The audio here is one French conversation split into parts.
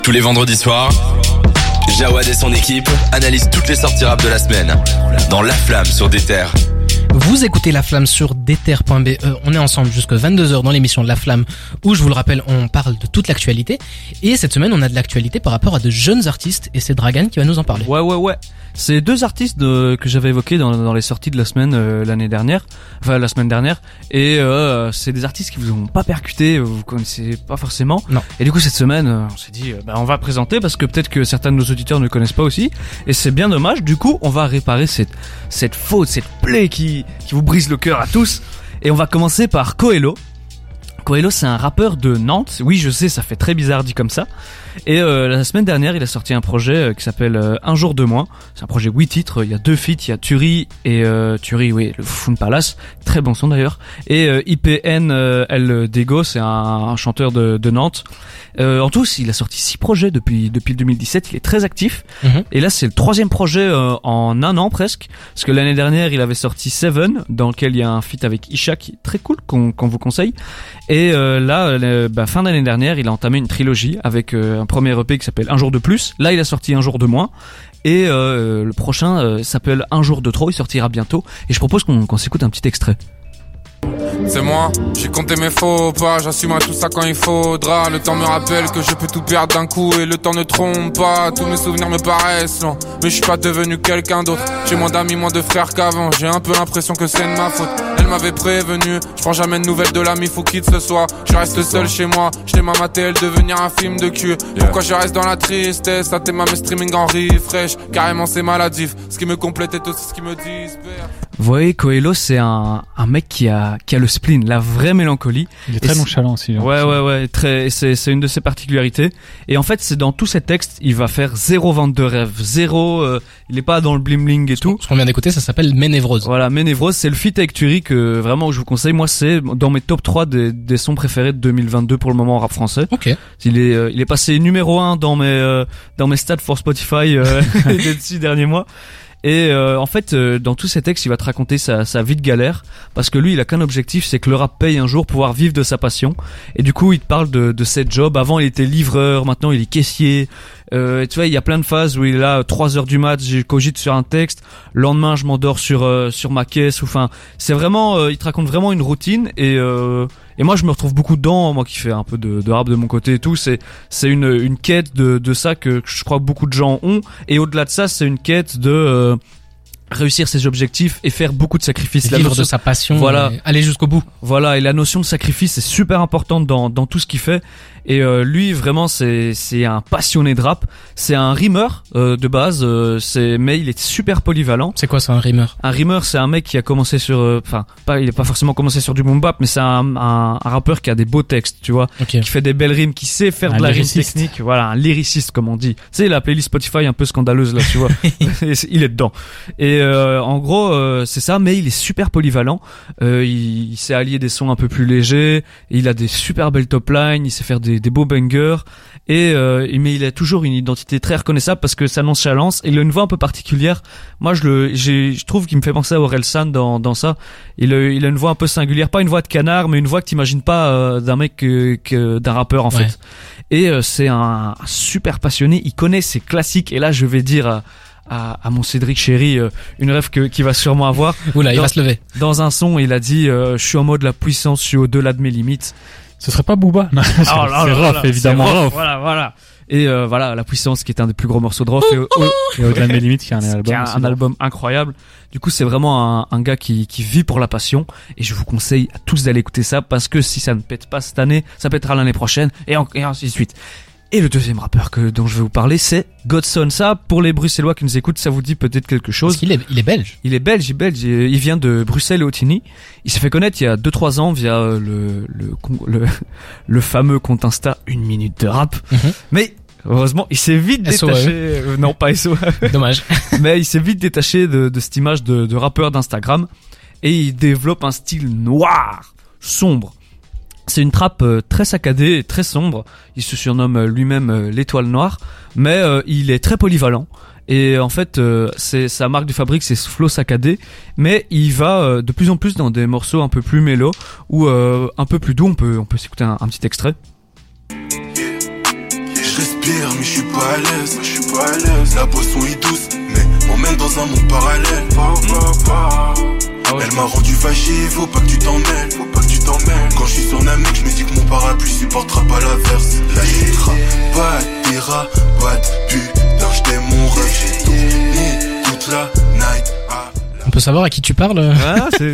Tous les vendredis soirs, Jawad et son équipe analysent toutes les sorties rap de la semaine dans La Flamme sur Déter. Vous écoutez La Flamme sur Déter.be. On est ensemble jusqu'à 22h dans l'émission de La Flamme où, je vous le rappelle, on parle de toute l'actualité. Et cette semaine, on a de l'actualité par rapport à de jeunes artistes et c'est Dragan qui va nous en parler. Ouais. C'est deux artistes que j'avais évoqués dans les sorties de la semaine la semaine dernière. Et c'est des artistes qui vous ont pas percuté, vous connaissez pas forcément. Non. Et du coup cette semaine, on s'est dit, on va présenter parce que peut-être que certains de nos auditeurs ne connaissent pas aussi. Et c'est bien dommage. Du coup, on va réparer cette faute, cette plaie qui vous brise le cœur à tous. Et on va commencer par Coelho. Coelho, c'est un rappeur de Nantes. Oui, je sais, ça fait très bizarre dit comme ça. Et la semaine dernière, il a sorti un projet qui s'appelle Un jour de moins. C'est un projet 8 titres. Il y a 2 feats, il y a Turi et Turi, oui, le Fun Palace, très bon son d'ailleurs. Et IPN El Dego, c'est un chanteur de Nantes. En tout, il a sorti 6 projets depuis 2017. Il est très actif. Et là, c'est le 3e projet en un an presque. Parce que l'année dernière, il avait sorti Seven, dans lequel il y a un feat avec Isha qui est très cool, qu'on vous conseille. Et là, fin d'année dernière, il a entamé une trilogie avec un premier EP qui s'appelle Un jour de plus. Là, il a sorti Un jour de moins. Et le prochain s'appelle Un jour de trop. Il sortira bientôt. Et je propose qu'on s'écoute un petit extrait. C'est moi, j'ai compté mes faux pas, j'assume tout ça quand il faudra. Le temps me rappelle que je peux tout perdre d'un coup et le temps ne trompe pas. Tous mes souvenirs me paraissent longs, mais je suis pas devenu quelqu'un d'autre. J'ai moins d'amis, moins de frères qu'avant, j'ai un peu l'impression que c'est de ma faute. Elle m'avait prévenu, je prends jamais de nouvelles de l'ami, faut qu'il se soit. Je reste seul chez moi, je t'ai maté elle devenir un film de cul. Pourquoi je reste dans la tristesse, à tes mes streaming en refresh. Carrément c'est maladif, ce qui me complète est aussi ce qui me disperse. Vous voyez, Coelho, c'est un mec qui a le spleen, la vraie mélancolie. Il est très nonchalant aussi. Ouais, c'est une de ses particularités. Et en fait, c'est dans tous ses textes, il va faire zéro vente de rêve, il est pas dans le bling bling et tout. Ce qu'on vient d'écouter, ça s'appelle Ménévrose. Voilà, Ménévrose, c'est le feat avec Turi que vraiment je vous conseille. Moi, c'est dans mes top 3 des sons préférés de 2022 pour le moment en rap français. Ok. Il est passé numéro 1 dans mes stats for Spotify des 6 derniers mois. Et en fait, dans tous ces textes, il va te raconter sa vie de galère, parce que lui, il a qu'un objectif, c'est que le rap paye un jour, pouvoir vivre de sa passion. Et du coup, il te parle de cette job. Avant, il était livreur, maintenant, il est caissier. Tu vois, il y a plein de phases où il est là, 3h du mat, je cogite sur un texte. Le lendemain, je m'endors sur ma caisse. Enfin, c'est vraiment, il te raconte vraiment une routine. Et moi, je me retrouve beaucoup dedans. Moi, qui fais un peu de rap de mon côté et tout, c'est une quête de ça que je crois que beaucoup de gens ont. Et au-delà de ça, c'est une quête de réussir ses objectifs et faire beaucoup de sacrifices. Vivre de sa passion, voilà, aller jusqu'au bout. Voilà, et la notion de sacrifice est super importante dans tout ce qu'il fait. Et lui, vraiment, c'est un passionné de rap. C'est un rimeur de base, mais il est super polyvalent. C'est quoi ça, un rimeur? Un rimeur, c'est un mec qui a commencé sur, il est pas forcément commencé sur du boom bap, mais c'est un rappeur qui a des beaux textes, tu vois, okay, qui fait des belles rimes, qui sait faire de la rime technique. Voilà, un lyriciste comme on dit. Tu sais, la playlist Spotify un peu scandaleuse là, tu vois. Il est dedans. Et en gros, c'est ça, mais il est super polyvalent. Il sait allier des sons un peu plus légers. Il a des super belles top lines. Il sait faire des beaux bangers. Mais il a toujours une identité très reconnaissable parce que sa nonchalance, et il a une voix un peu particulière. Moi, je trouve qu'il me fait penser à Orelsan dans ça. Il a une voix un peu singulière, pas une voix de canard, mais une voix que t'imagines pas d'un mec d'un rappeur en fait. Et c'est un super passionné. Il connaît ses classiques. Et là, je vais dire à mon Cédric chéri une rêve qu'il va sûrement avoir. Oula, il va se lever. Dans un son, il a dit je suis en mode la puissance, je suis au-delà de mes limites. Ce serait pas Booba? Non, c'est Rof, évidemment Rof. Voilà. Et voilà, la puissance qui est un des plus gros morceaux de Rof. Et au-delà de mes limites, qui est un album incroyable. Du coup, c'est vraiment un gars qui vit pour la passion. Et je vous conseille à tous d'aller écouter ça, parce que si ça ne pète pas cette année, ça pètera l'année prochaine, et ainsi de suite. Et le deuxième rappeur dont je vais vous parler, c'est Godson. Ça, pour les Bruxellois qui nous écoutent, ça vous dit peut-être quelque chose. Parce qu'il est belge. Il est belge. Il vient de Bruxelles et Ottigny. Il s'est fait connaître il y a 2-3 ans via le fameux compte Insta 1 minute de rap. Mais heureusement, il s'est vite détaché. Non, pas SO. Dommage. Mais il s'est vite détaché de cette image de rappeur d'Instagram. Et il développe un style noir, sombre. C'est une trappe très saccadée et très sombre. Il se surnomme lui-même l'étoile noire, mais il est très polyvalent. Et en fait, c'est sa marque de fabrique, c'est ce flow saccadé, mais il va de plus en plus dans des morceaux un peu plus mélo ou un peu plus doux. On peut s'écouter un petit extrait. je respire, mais je suis pas à l'aise. La boisson est douce, mais m'emmène dans un monde parallèle. Elle m'a rendu fâché, faut pas que tu t'en mêles. Quand je suis sur Namek, je me dis que mon parapluie supportera pas l'averse. La chitra, pas des rats, pas de putain, j't'aime mon rêve, j'ai tourné toute la night. On peut savoir à qui tu parles? Ah, c'est...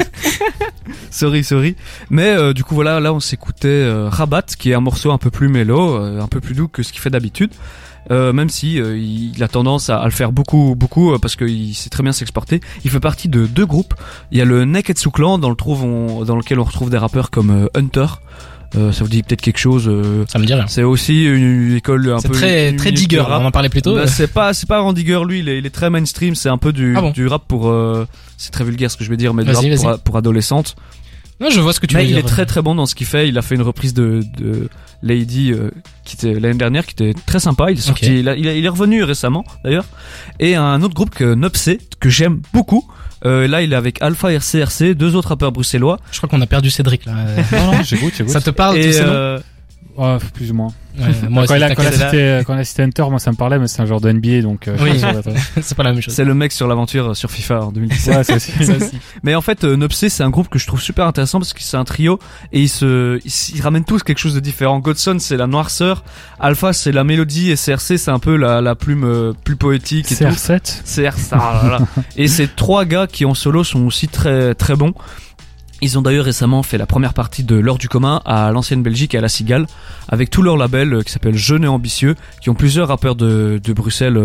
sorry. Mais du coup voilà, là on s'écoutait Rabat, qui est un morceau un peu plus mélo, un peu plus doux que ce qu'il fait d'habitude. Même si il a tendance à le faire beaucoup parce qu'il sait très bien s'exporter. Il fait partie de deux groupes. Il y a le Neketsu Clan dans lequel on retrouve des rappeurs comme Hunter. Ça vous dit peut-être quelque chose? Ça me dit rien. C'est aussi une école un peu très digger. On en parlait plus tôt. Bah, c'est pas un digger, lui. Il est très mainstream. C'est un peu du rap pour. C'est très vulgaire ce que je vais dire, mais du rap pour adolescentes. Non, je vois ce que tu veux dire. Il est très très bon dans ce qu'il fait. Il a fait une reprise de Lady qui était l'année dernière, qui était très sympa. Il est sorti, il est revenu récemment d'ailleurs. Et un autre groupe que Nopsé, que j'aime beaucoup. Là, il est avec Alpha RCRC, deux autres rappeurs bruxellois. Je crois qu'on a perdu Cédric là. Non, j'écoute. Ça te parle tous ces noms? Ouais, plus ou moins. Ouais, moi aussi, quand on a cité Hunter, moi ça me parlait, mais c'est un genre de NBA, donc oui, c'est pas la même chose. C'est le mec sur l'aventure sur FIFA en 2017. Ouais, ça aussi. Mais en fait, Nopsé, c'est un groupe que je trouve super intéressant parce que c'est un trio et ils ramènent tous quelque chose de différent. Godson, c'est la noirceur, Alpha, c'est la mélodie, et CRC, c'est un peu la plume plus poétique. Et CR7. Voilà. Et ces trois gars qui en solo sont aussi très très bons. Ils ont d'ailleurs récemment fait la première partie de L'Heure du commun à l'ancienne Belgique et à la Cigale, avec tout leur label qui s'appelle Jeunes et Ambitieux, qui ont plusieurs rappeurs de Bruxelles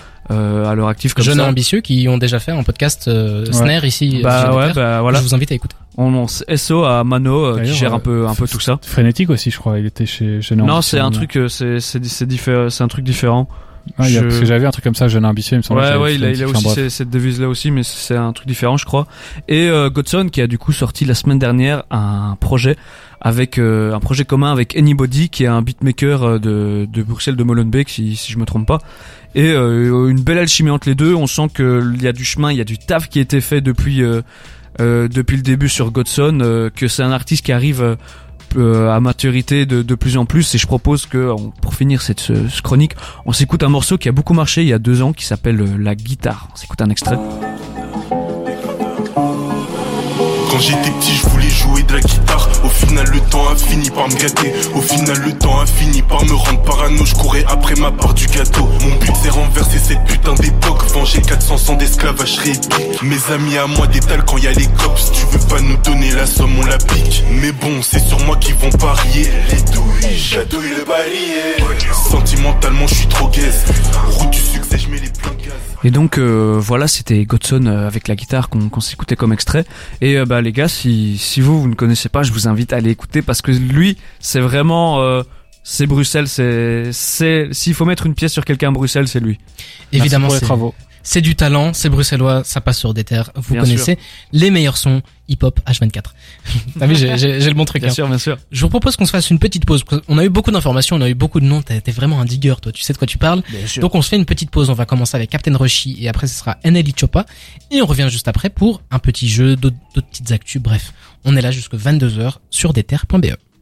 à leur actif comme Jeunes ça. et Ambitieux qui ont déjà fait un podcast Snare ici. Voilà. Je vous invite à écouter. On SO à Mano qui gère un peu tout ça. Frénétique aussi, je crois. Il était chez Jeunes et Ambitieux. Non, c'est un truc, c'est un truc différent. Ah, parce que j'avais vu un truc comme ça, Jeune Ambitieux, il me semble. Ouais, il a aussi cette devise-là aussi, mais c'est un truc différent, je crois. Et Godson, qui a du coup sorti la semaine dernière un projet commun avec Anybody, qui est un beatmaker de Bruxelles, de Molenbeek, si je me trompe pas. Et une belle alchimie entre les deux. On sent qu'il y a du chemin, il y a du taf qui a été fait depuis le début sur Godson, que c'est un artiste qui arrive à maturité de plus en plus, et je propose que pour finir cette chronique, on s'écoute un morceau qui a beaucoup marché il y a 2 ans qui s'appelle La Guitare. On s'écoute un extrait. Quand j'étais petit, je voulais jouer de la guitare. Au final, le temps a fini par me gâter. Au final, le temps a fini par me rendre parano. Je courais après ma part du gâteau. Mon but, c'est renverser cette putain d'époque. Venger 400 ans d'esclavage épique. Mes amis à moi détalent quand y a les cops. Tu veux pas nous donner la somme, on la pique. Mais bon, c'est sur moi qu'ils vont parier. Les douilles, j'adouille le balayé. Sentimentalement, je suis trop gaze. Route du succès, je mets les pleins gaz. Et donc voilà, c'était Godson avec la guitare qu'on s'écoutait comme extrait. Et les gars, si vous ne connaissez pas, je vous invite à aller écouter, parce que lui, c'est vraiment c'est Bruxelles, c'est s'il faut mettre une pièce sur quelqu'un à Bruxelles, c'est lui. Évidemment, c'est travaux. C'est du talent, c'est bruxellois, ça passe sur des terres. Vous bien connaissez sûr. Les meilleurs sons hip-hop H24. T'as vu, j'ai le bon truc. Bien sûr. Je vous propose qu'on se fasse une petite pause. On a eu beaucoup d'informations, on a eu beaucoup de noms. T'es vraiment un digger, toi. Tu sais de quoi tu parles. Bien sûr. Donc on se fait une petite pause. On va commencer avec Captain Roshi et après ce sera NLE Choppa. Et on revient juste après pour un petit jeu, d'autres petites actus. Bref, on est là jusque 22h sur deter.be.